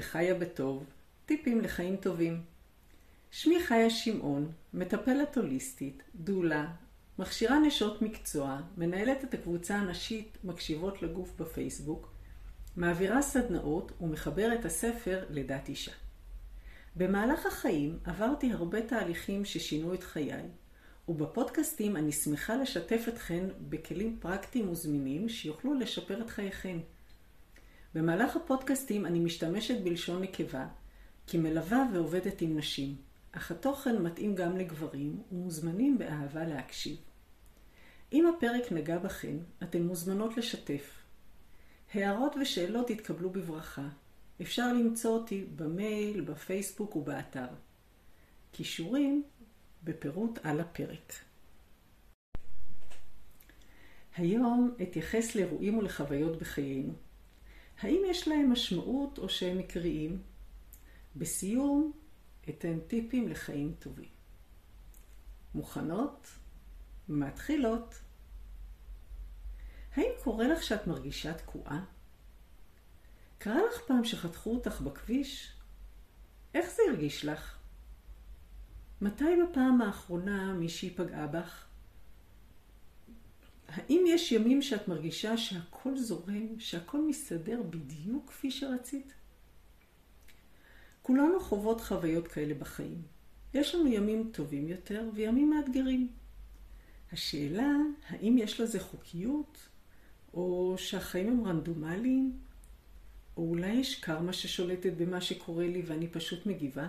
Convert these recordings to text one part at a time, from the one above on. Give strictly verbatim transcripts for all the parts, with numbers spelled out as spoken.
לחיה בטוב, טיפים לחיים טובים. שמי חיה שמעון, מטפלת הוליסטית, דולה, מכשירה נשות מקצוע, מנהלת את הקבוצה הנשית מקשיבות לגוף בפייסבוק, מעבירה סדנאות ומחבר את הספר לידת אישה. במהלך החיים עברתי הרבה תהליכים ששינו את חיי, ובפודקאסטים אני שמחה לשתף אתכן בכלים פרקטיים וזמינים שיוכלו לשפר את חייכן. במהלך הפודקאסטים אני משתמשת בלשון נקבה, כי מלווה ועובדת עם נשים, אך התוכן מתאים גם לגברים ומוזמנים באהבה להקשיב. אם הפרק נגע בכן, אתן מוזמנות לשתף. הערות ושאלות יתקבלו בברכה. אפשר למצוא אותי במייל, בפייסבוק ובאתר. קישורים בפירוט על הפרק. היום אתייחס לאירועים ולחוויות בחיינו. האם יש להם משמעות או שהם מקריים? בסיום אתן טיפים לחיים טובים. מוכנות? מתחילות. האם קורה לך שאת מרגישה תקועה? קרה לך פעם שחתכו אותך בכביש? איך זה הרגיש לך? מתי בפעם האחרונה מישהי פגעה בך? האם יש ימים שאת מרגישה שהכל זורם, שהכל מסתדר בדיוק כפי שרצית? כולנו חוות חוויות כאלה בחיים. יש לנו ימים טובים יותר וימים מאתגרים. השאלה, האם יש לזה חוקיות, או שהחיים הם רנדומליים, או אולי יש קרמה ששולטת במה שקורה לי ואני פשוט מגיבה?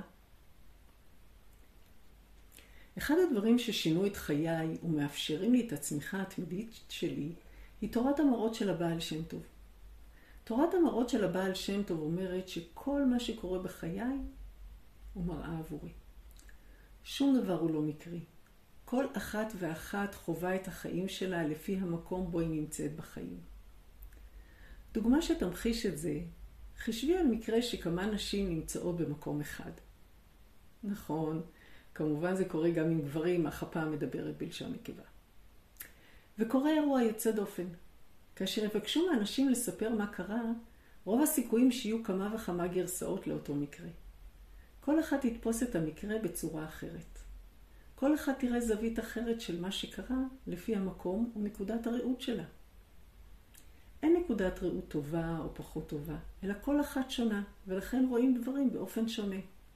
אחד הדברים ששינו את חיי ומאפשרים לי את הצמיחה התמידית שלי, היא תורת המראות של הבעל שם טוב. תורת המראות של הבעל שם טוב אומרת שכל מה שקורה בחיי הוא מראה עבורי. שום דבר הוא לא מקרי. כל אחת ואחת חובה את החיים שלה לפי המקום בו היא נמצאת בחיים. דוגמה שתמחיש את זה, חשבי על מקרה שכמה נשים נמצאות במקום אחד. נכון, כמובן זה קורה גם עם גברים, אך הפעם מדברת בלשון נקבה. וקורה אירוע יוצא דופן. כאשר יבקשו מאנשים לספר מה קרה, רוב הסיכויים שיהיו כמה וכמה גרסאות לאותו מקרה. כל אחד יתפוס את המקרה בצורה אחרת. כל אחד תראה זווית אחרת של מה שקרה לפי המקום ונקודת הראות שלה. אין נקודת ראות טובה או פחות טובה, אלא כל אחת שונה, ולכן רואים דברים באופן שונה.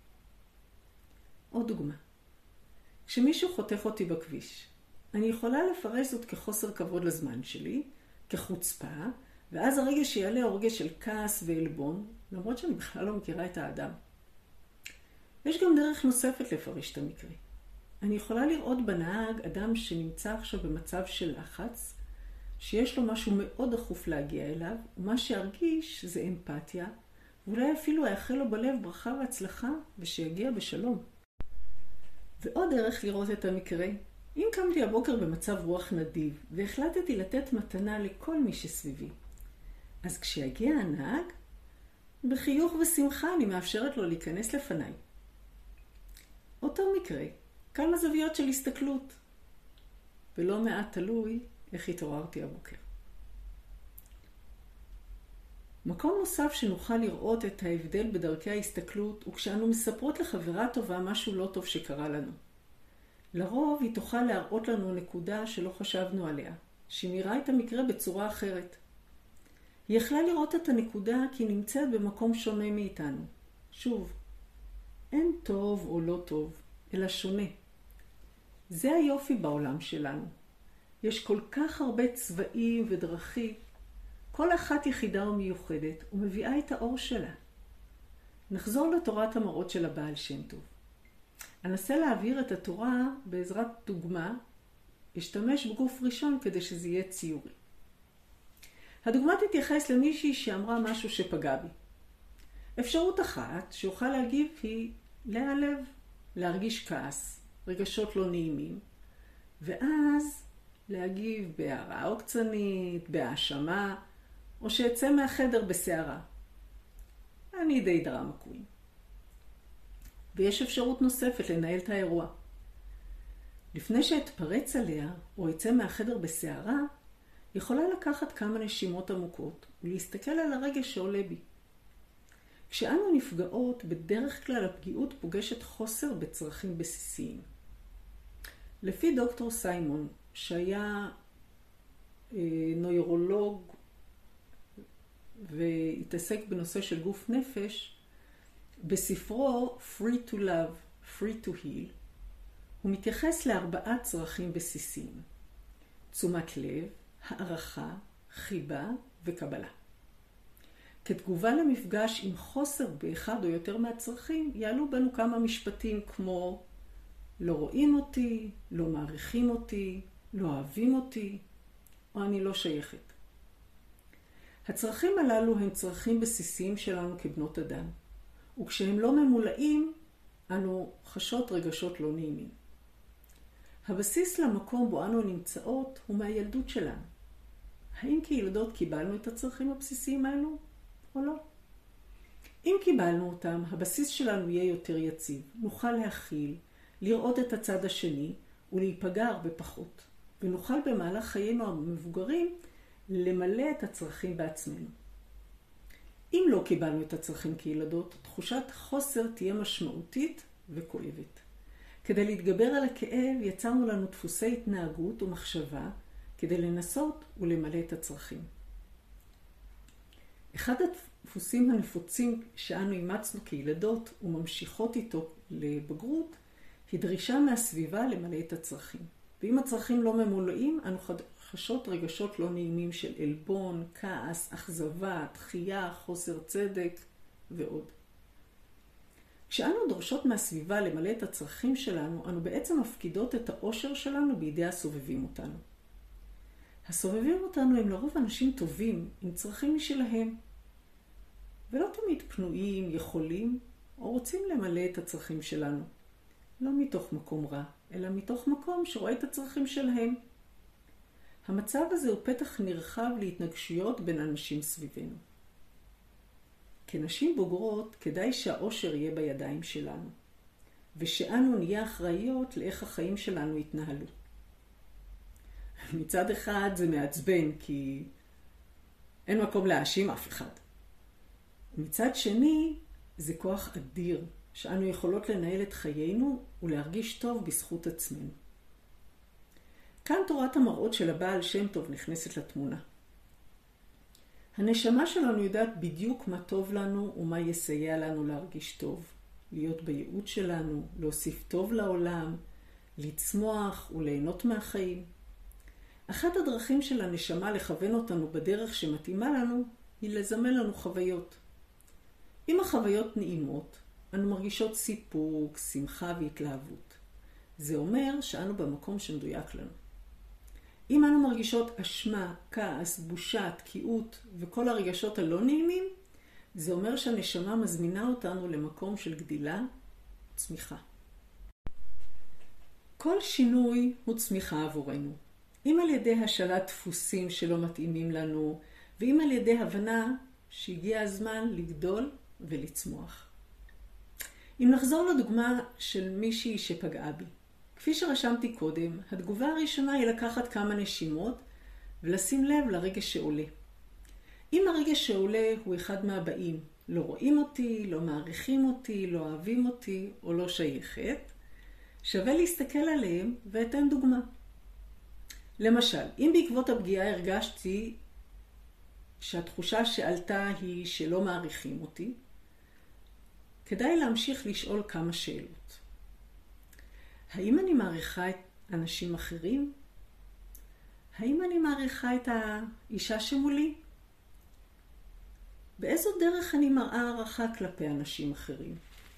עוד דוגמה. כשמישהו חותך אותי בכביש, אני יכולה לפרש זאת כחוסר כבוד לזמן שלי, כחוצפה, ואז הרגע שיעלה הרגש של כעס ועלבון, למרות שאני בכלל לא מכירה את האדם. יש גם דרך נוספת לפרש את המקרה. אני יכולה לראות בנהג אדם שנמצא עכשיו במצב של לחץ, שיש לו משהו מאוד דחוף להגיע אליו, ומה שארגיש זה אמפתיה, ואולי אפילו יאחל לו בלב ברכה והצלחה, ושיגיע בשלום. ועוד דרך לראות את המקרה, אם קמתי הבוקר במצב רוח נדיב, והחלטתי לתת מתנה לכל מי שסביבי, אז כשיגיע הנהג, בחיוך ושמחה אני מאפשרת לו להיכנס לפניי. אותו מקרה, כמה זוויות של הסתכלות, ולא מעט תלוי איך התעוררתי הבוקר. מקום נוסף שנוכל לראות את ההבדל בדרכי ההסתכלות הוא כשאנו מספרות לחברה טובה משהו לא טוב שקרה לנו. לרוב היא תוכל להראות לנו נקודה שלא חשבנו עליה, שנראה את המקרה בצורה אחרת. היא יכלה לראות את הנקודה כי היא נמצאת במקום שונה מאיתנו. שוב, אין טוב או לא טוב, אלא שונה. זה היופי בעולם שלנו. יש כל כך הרבה צבעים ודרכים, כל אחת יחידה ומיוחדת ומביאה את האור שלה. נחזור לתורת המראות של הבעל שם טוב. אנסה להעביר את התורה בעזרת דוגמה, אשתמש בגוף ראשון כדי שזה יהיה ציורי. הדוגמה תתייחס למישהי שאמרה משהו שפגע בי. אפשרות אחת שאוכל להגיב היא להיעלב, להרגיש כעס, רגשות לא נעימים, ואז להגיב בהערה עוקצנית, בהאשמה, או שיצא מהחדר בסערה. אני די דרמה קווין. ויש אפשרות נוספת לנהל את האירוע. לפני שאתפרץ עליה או יצא מהחדר בסערה, יכולה לקחת כמה נשימות עמוקות ולהסתכל על הרגש שעולה בי. כשאנו נפגעות, בדרך כלל הפגיעות פוגשת חוסר בצרכים בסיסיים. לפי דוקטור סיימון, שהיה אה, נוירולוג והתעסק בנושא של גוף נפש, בספרו Free to Love, Free to Heal, הוא מתייחס לארבעה צרכים בסיסיים: תשומת לב, הערכה, חיבה וקבלה. כתגובה למפגש עם חוסר באחד או יותר מהצרכים, יעלו בנו כמה משפטים כמו לא רואים אותי, לא מעריכים אותי, לא אוהבים אותי, או אני לא שייכת. הצרכים הללו הם צרכים בסיסיים שלנו כבנות אדם, וכשהם לא ממולאים, אנו חשות רגשות לא נעימים. הבסיס למקום בו אנו נמצאות הוא מהילדות שלנו. האם כילדות קיבלנו את הצרכים הבסיסיים האלו או לא? אם קיבלנו אותם, הבסיס שלנו יהיה יותר יציב. נוכל להכיל, לראות את הצד השני ולהיפגע הרבה פחות. ונוכל במהלך חיינו המבוגרים למלא את הצרכים בעצמנו. אם לא קיבלנו את הצרכים כילדות, תחושת חוסר תהיה משמעותית וכואבת. כדי להתגבר על הכאב, יצרנו לנו דפוסי התנהגות ומחשבה כדי לנסות ולמלא את הצרכים. אחד הדפוסים הנפוצים שאנו אימצנו כילדות וממשיכות איתו לבגרות, היא דרישה מהסביבה למלא את הצרכים. ואם הצרכים לא ממולאים, אנו חשות רגשות לא נעימים של אלבון, כעס, אכזבה, דחייה, חוסר צדק ועוד. כשאנו דורשות מהסביבה למלא את הצרכים שלנו, אנו בעצם מפקידות את האושר שלנו בידי הסובבים אותנו. הסובבים אותנו הם לרוב אנשים טובים, עם צרכים משלהם, ולא תמיד פנויים, יכולים, או רוצים למלא את הצרכים שלנו. לא מתוך מקום רע, אלא מתוך מקום שרואה את הצרכים שלהם. המצב הזה הוא פתח נרחב להתנגשויות בין אנשים סביבנו. כנשים בוגרות, כדאי שהאושר יהיה בידיים שלנו, ושאנו נהיה אחראיות לאיך החיים שלנו יתנהלו. מצד אחד זה מעצבן, כי אין מקום להאשים אף אחד. מצד שני, זה כוח אדיר, שאנו יכולות לנהל את חיינו ולהרגיש טוב בזכות עצמנו. כאן תורת המראות של הבעל שם טוב נכנסת לתמונה. הנשמה שלנו יודעת בדיוק מה טוב לנו ומה יסייע לנו להרגיש טוב, להיות בייעוד שלנו, להוסיף טוב לעולם, לצמוח וליהנות מהחיים. אחת הדרכים של הנשמה לכוון אותנו בדרך שמתאימה לנו היא לזמן לנו חוויות. אם החוויות נעימות, אנו מרגישות סיפוק, שמחה והתלהבות. זה אומר שאנו במקום שמדויק לנו. אם אנו מרגישות אשמה, כעס, בושה, תקיעות וכל הרגשות הלא נעימים, זה אומר שהנשמה מזמינה אותנו למקום של גדילה וצמיחה. כל שינוי הוא צמיחה עבורנו. אם על ידי השאלת דפוסים שלא מתאימים לנו, ואם על ידי הבנה שהגיע הזמן לגדול ולצמוח. אם נחזור לדוגמה של מישהי שפגעה בי. כפי שרשמתי קודם, התגובה הראשונה היא לקחת כמה נשימות ולשים לב לרגש שעולה. אם הרגש שעולה הוא אחד מהבאים, לא רואים אותי, לא מעריכים אותי, לא אוהבים אותי או לא שייכת, שווה להסתכל עליהם ואתן דוגמה. למשל, אם בעקבות הפגיעה הרגשתי שהתחושה שעלתה היא שלא מעריכים אותי, כדאי להמשיך לשאול כמה שאלות. האם אני מעריכה את אנשים אחרים? האם אני מעריכה את האישה שמולי? באיזו דרך אני מראה הערכה כלפי אנשים אחרים?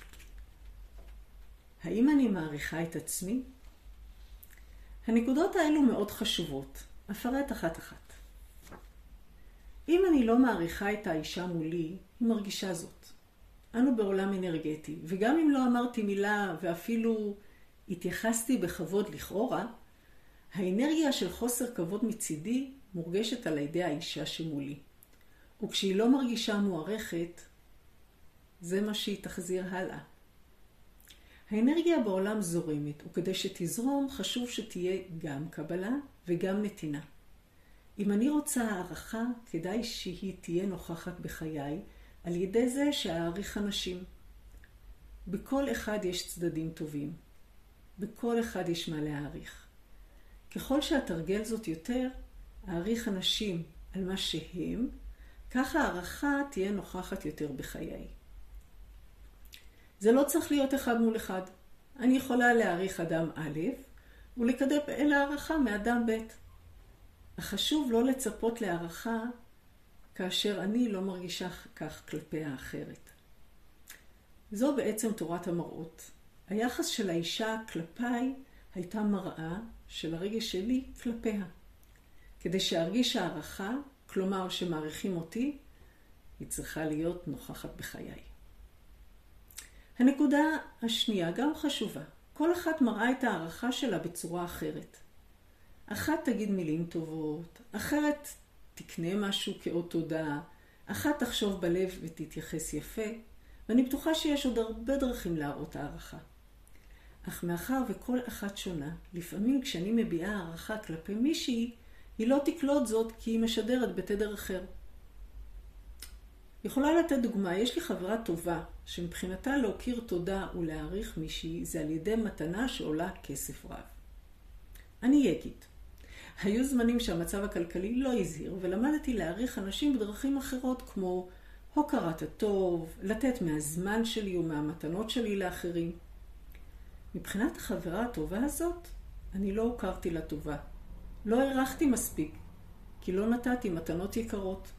האם אני מעריכה את עצמי? הנקודות האלו מאוד חשובות. אפרט אחת אחת. אם אני לא מעריכה את האישה מולי, היא מרגישה זאת. אנו בעולם אנרגטי, וגם אם לא אמרתי מילה ואפילו התייחסתי בכבוד לכאורה, האנרגיה של חוסר כבוד מצידי מורגשת על ידי האישה שמולי. וכשהיא לא מרגישה מוערכת, זה מה שהיא תחזיר הלאה. האנרגיה בעולם זורמת, וכדי שתזרום חשוב שתהיה גם קבלה וגם נתינה. אם אני רוצה הערכה, כדאי שהיא תהיה נוכחת בחיי, על ידי זה שאעריך אנשים. בכל אחד יש צדדים טובים. בכל אחד יש מה להעריך. ככל שאתרגל זאת יותר, אעריך אנשים על מה שהם, כך הערכה תהיה נוכחת יותר בחיי. זה לא צריך להיות אחד מול אחד. אני יכולה להעריך אדם א' ולקדם אל הערכה מאדם ב'. החשוב לא לצפות להערכה כאשר אני לא מרגישה כך כלפי האחרת. זו בעצם תורת המראות. היחס של האישה כלפיי הייתה מראה של הרגש שלי כלפיה. כדי שארגיש הערכה, כלומר שמעריכים אותי, היא צריכה להיות נוכחת בחיי. הנקודה השנייה גם חשובה. כל אחת מראה את הערכה שלה בצורה אחרת. אחת תגיד מילים טובות, אחרת תקנה משהו כאות תודה, אחת תחשוב בלב ותתייחס יפה, ואני בטוחה שיש עוד הרבה דרכים להראות הערכה. אך מאחר וכל אחת שונה, לפעמים כשאני מביעה הערכה כלפי מישהי, היא לא תקלוט זאת כי היא משדרת בתדר אחר. יכולה לתת דוגמה, יש לי חברה טובה, שמבחינתה להוקיר תודה ולהעריך מישהי, זה על ידי מתנה שעולה כסף רב. אני אגיד. היו זמנים שהמצב הכלכלי לא הזהיר, ולמדתי להעריך אנשים בדרכים אחרות, כמו הוקרת הטוב, לתת מהזמן שלי ומהמתנות שלי לאחרים. מבחינת החברה הטובה הזאת, אני לא הוקרתי לה טובה. לא הערכתי מספיק, כי לא נתתי מתנות יקרות.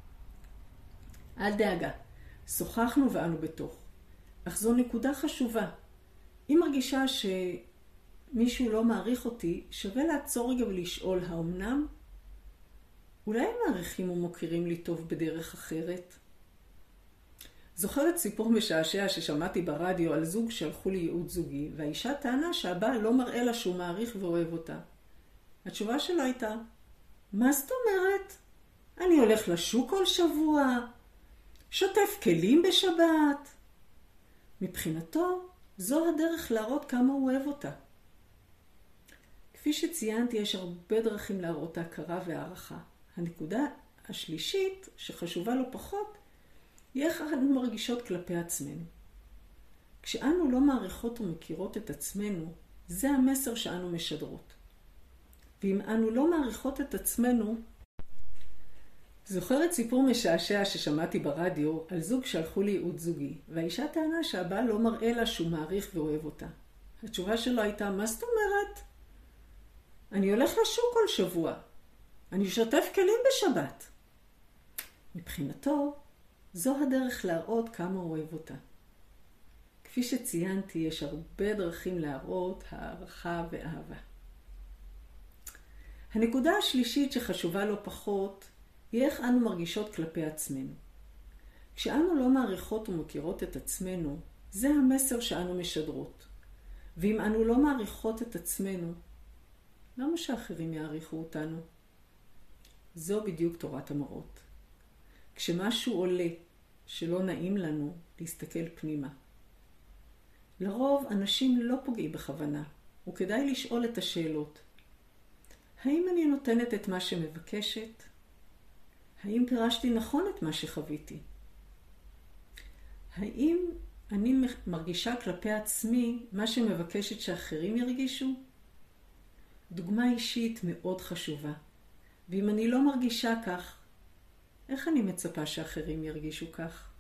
אל דאגה, שוחחנו ואנו בתוך. אך זו נקודה חשובה. אם מרגישה שמישהו לא מעריך אותי, שווה לעצור רגע ולשאול, האומנם? אולי הם מעריכים ומוכירים לי טוב בדרך אחרת? זוכרת סיפור משעשע ששמעתי ברדיו על זוג שהלכו לייעוד זוגי, והאישה טענה שהבעל לא מראה לה שהוא מעריך ואוהב אותה. התשובה שלה הייתה, מה זאת אומרת? אני הולך לשוק כל שבוע, שוטף כלים בשבת. מבחינתו, זו הדרך להראות כמה הוא אוהב אותה. כפי שציינתי, יש הרבה דרכים להראות ההכרה והערכה. הנקודה השלישית, שחשובה לא פחות, היא איך אנו מרגישות כלפי עצמנו. כשאנו לא מעריכות ומכירות את עצמנו, זה המסר שאנו משדרות. ואם אנו לא מעריכות את עצמנו, זוכרת סיפור משעשע ששמעתי ברדיו על זוג שהלכו לייעוד זוגי, והאישה טענה שהבעל לא מראה לה שהוא מעריך ואוהב אותה. התשובה שלו הייתה, מה זאת אומרת? אני הולך לשוק כל שבוע. אני שוטף כלים בשבת. מבחינתו, זו הדרך להראות כמה הוא אוהב אותה. כפי שציינתי, יש הרבה דרכים להראות הערכה ואהבה. הנקודה השלישית שחשובה לא פחות, היא איך אנו מרגישות כלפי עצמנו. כשאנו לא מעריכות ומכירות את עצמנו, זה המסר שאנו משדרות. ואם אנו לא מעריכות את עצמנו, למה שאחרים יעריכו אותנו? זו בדיוק תורת המראות. כשמשהו עולה שלא נעים לנו, להסתכל פנימה. לרוב אנשים לא פוגעים בכוונה, וכדאי לשאול את השאלות. האם אני נותנת את מה שמבקשת? האם פירשתי נכון את מה שחוויתי? האם אני מרגישה כלפי עצמי מה שמבקשת שאחרים ירגישו? דוגמה אישית מאוד חשובה. ואם אני לא מרגישה כך, איך אני מצפה שאחרים ירגישו כך?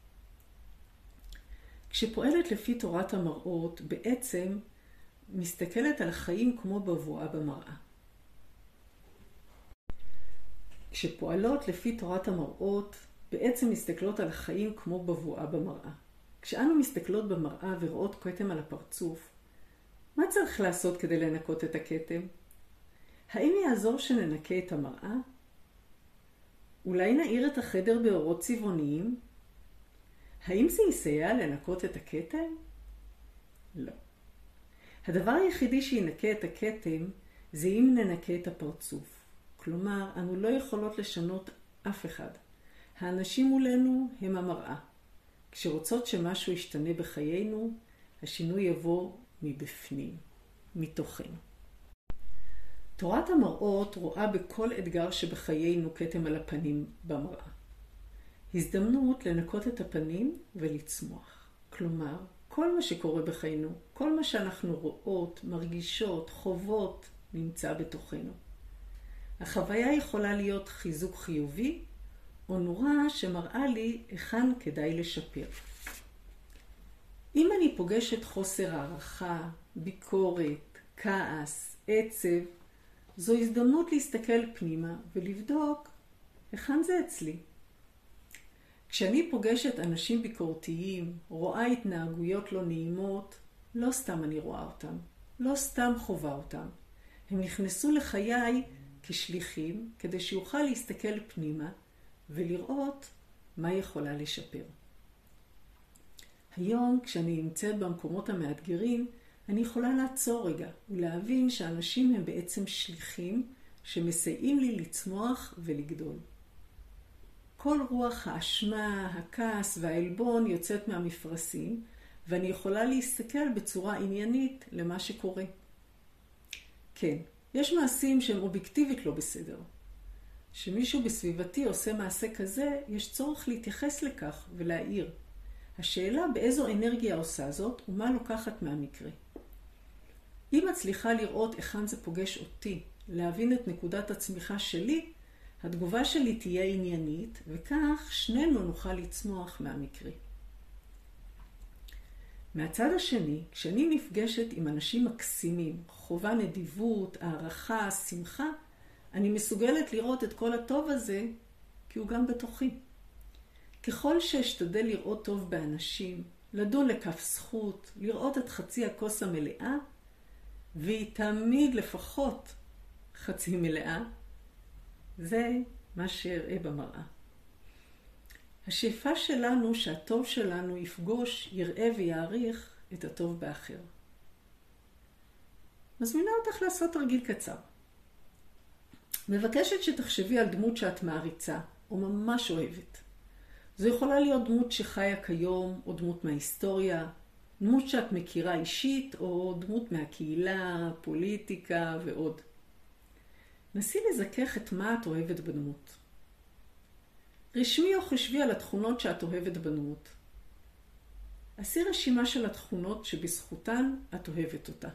כשפועלת לפי תורת המראות, בעצם מסתכלת על החיים כמו בבואה במראה. כשפועלות לפי תורת המראות, בעצם מסתכלות על החיים כמו בבואה במראה. כשאנו מסתכלות במראה ורואות כתם על הפרצוף, מה צריך לעשות כדי לנקות את הכתם? האם יעזור שננקה את המראה? אולי נעיר את החדר באורות צבעוניים? האם זה יסייע לנקות את הכתם? לא. הדבר היחידי שינקה את הכתם זה אם ננקה את הפרצוף. כלומר, אנו לא יכולות לשנות אף אחד. האנשים מולנו הם המראה. כשרוצות שמשהו ישתנה בחיינו, השינוי יבוא מבפנים, מתוכנו. תורת המראות רואה בכל אתגר שבחיינו כתם על הפנים במראה. הזדמנות לנקות את הפנים ולצמוח. כלומר, כל מה שקורה בחיינו, כל מה שאנחנו רואות, מרגישות, חוות, נמצא בתוכנו. החוויה יכולה להיות חיזוק חיובי, או נורה שמראה לי היכן כדאי לשפר. אם אני פוגשת חוסר הערכה, ביקורת, כעס, עצב, זו הזדמנות להסתכל פנימה ולבדוק היכן זה אצלי. כשאני פוגשת אנשים ביקורתיים, רואה התנהגויות לא נעימות, לא סתם אני רואה אותם, לא סתם חובה אותם. הם נכנסו לחיי כשליחים כדי שיוכל להסתכל פנימה ולראות מה יכולה לשפר. היום כשאני נמצאת במקומות המאתגרים, אני יכולה לעצור רגע ולהבין שאנשים הם בעצם שליחים שמסייעים לי לצמוח ולגדול. כל רוח האשמה, הכעס והעלבון יוצאת מהמפרשים, ואני יכולה להסתכל בצורה עניינית למה שקורה. כן, יש מעשים שהם אובייקטיבית לא בסדר. שמישהו בסביבתי עושה מעשה כזה, יש צורך להתייחס לכך ולהעיר. השאלה באיזו אנרגיה עושה זאת ומה לוקחת מהמקרה. אם מצליחה לראות היכן זה פוגש אותי, להבין את נקודת הצמיחה שלי, התגובה שלי תהיה עניינית, וכך שנינו נוכל לצמוח מהמקרה. מהצד השני, כשאני נפגשת עם אנשים מקסימים, חובה נדיבות, הערכה, שמחה, אני מסוגלת לראות את כל הטוב הזה, כי הוא גם בתוכי. ככל שאשתדל לראות טוב באנשים, לדון לכף זכות, לראות את חצי הכוס המלאה, והיא תמיד לפחות חצי מלאה, זה מה שאראה במראה. השאיפה שלנו שהטוב שלנו יפגוש, יראה ויעריך את הטוב באחר. מזמינה אותך לעשות תרגיל קצר. מבקשת שתחשבי על דמות שאת מעריצה או ממש אוהבת. זו יכולה להיות דמות שחיה כיום או דמות מההיסטוריה, דמות שאת מכירה אישית או דמות מהקהילה, פוליטיקה ועוד. נסי לזכך את מה את אוהבת בדמות. רשמי או חשבי על התכונות שאת אוהבת בדמות. עשי רשימה של התכונות שבזכותן את אוהבת אותה.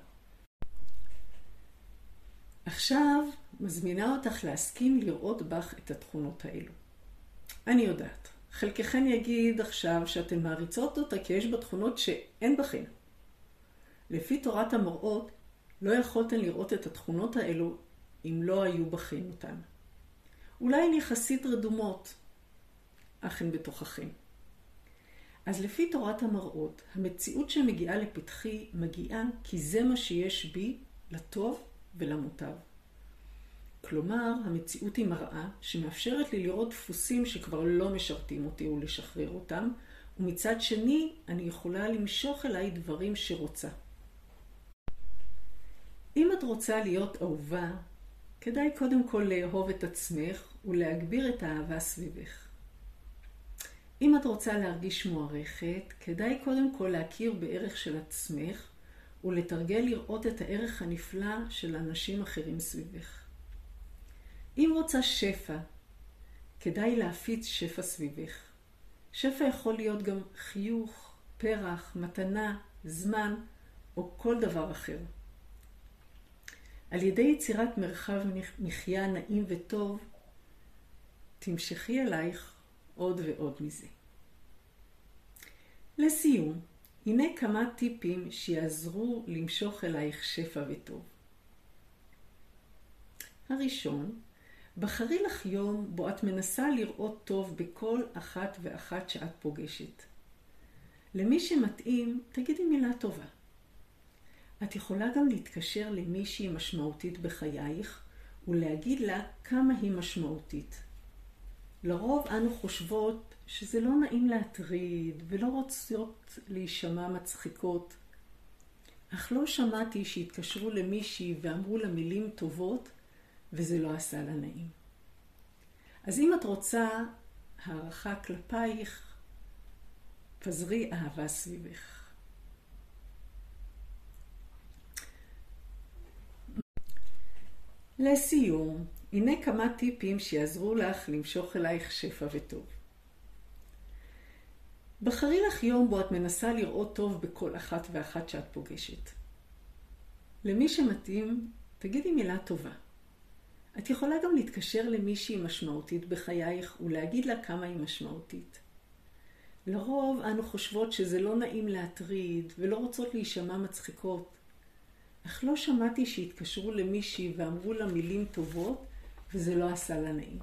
עכשיו מזמינה אותך להסכים לראות בך את התכונות האלו. אני יודעת, חלקכן יגיד עכשיו שאתן מעריצות אותה כי יש בה תכונות שאין בכן. לפי תורת המראות, לא יכולתן לראות את התכונות האלו אם לא היו בכן אותן. אולי הן יחסית רדומות, אך הן בתוככן. אז לפי תורת המראות, המציאות שמגיעה לפתחי מגיעה כי זה מה שיש בי לטוב ולמוטב. כלומר, המציאות היא מראה שמאפשרת לי לראות דפוסים שכבר לא משרתים אותי ולשחרר אותם, ומצד שני אני יכולה למשוך אליי דברים שרוצה. אם את רוצה להיות אהובה, כדאי קודם כל לאהוב את עצמך ולהגביר את האהבה סביבך. אם את רוצה להרגיש מוערכת, כדאי קודם כל להכיר בערך של עצמך ולתרגל לראות את הערך הנפלא של אנשים אחרים סביבך. אם רוצה שפע, כדאי להפיץ שפע סביבך. שפע יכול להיות גם חיוך, פרח, מתנה, זמן או כל דבר אחר. על ידי יצירת מרחב מחיה נעים וטוב, תמשכי אלייך עוד ועוד מזה. לסיום, הנה כמה טיפים שיעזרו למשוך אלייך שפע וטוב. הראשון, בחרי לך יום בו את מנסה לראות טוב בכל אחת ואחת שאת פוגשת. למי שמתאים, תגידי מילה טובה. את יכולה גם להתקשר למישהי משמעותית בחייך ולהגיד לה כמה היא משמעותית. לרוב אנו חושבות שזה לא נעים להטריד ולא רוצות להישמע מצחיקות. אך לא שמעתי שהתקשרו למישהי ואמרו לה מילים טובות וזה לא עשה לה נעים. אז אם את רוצה הערכה כלפייך, פזרי אהבה סביבך. לסיום, הנה כמה טיפים שיעזרו לך למשוך אלייך שפע וטוב. בחרי לך יום בו את מנסה לראות טוב בכל אחת ואחת שאת פוגשת. למי שמתאים, תגידי מילה טובה. את יכולה גם להתקשר למישהי משמעותית בחייך ולהגיד לה כמה היא משמעותית. לרוב אנו חושבות שזה לא נעים להטריד ולא רוצות להישמע מצחיקות, אך לא שמעתי שהתקשרו למישהי ואמרו לה מילים טובות וזה לא עשה לה נעים.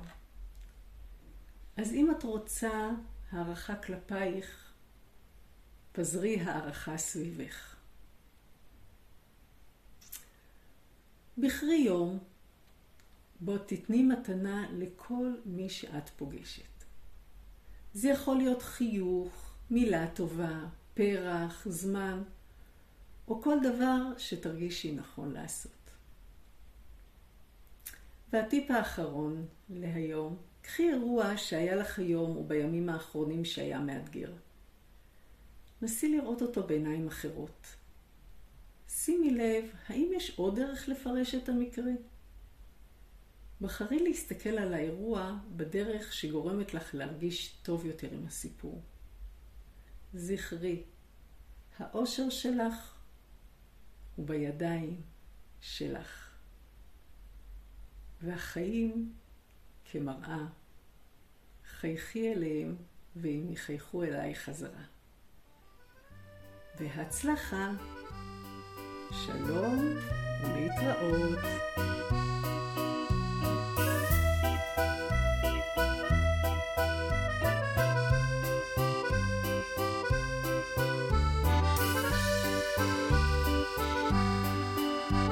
אז אם את רוצה הערכה כלפייך, פזרי הערכה סביבך. בחרי יום בו תתני מתנה לכל מי שאת פוגשת. זה יכול להיות חיוך, מילה טובה, פרח, זמן, או כל דבר שתרגישי נכון לעשות. והטיפ האחרון להיום, קחי אירוע שהיה לך היום או בימים האחרונים שהיה מאתגר. נסי לראות אותו בעיניים אחרות. שימי לב, האם יש עוד דרך לפרש את המקרה? בחרי להסתכל על האירוע בדרך שגורמת לך להרגיש טוב יותר עם הסיפור. זכרי, האושר שלך הוא בידיים שלך. והחיים כמראה, חייכי אליהם והם יחייכו אליי חזרה. בהצלחה, שלום ולהתראות.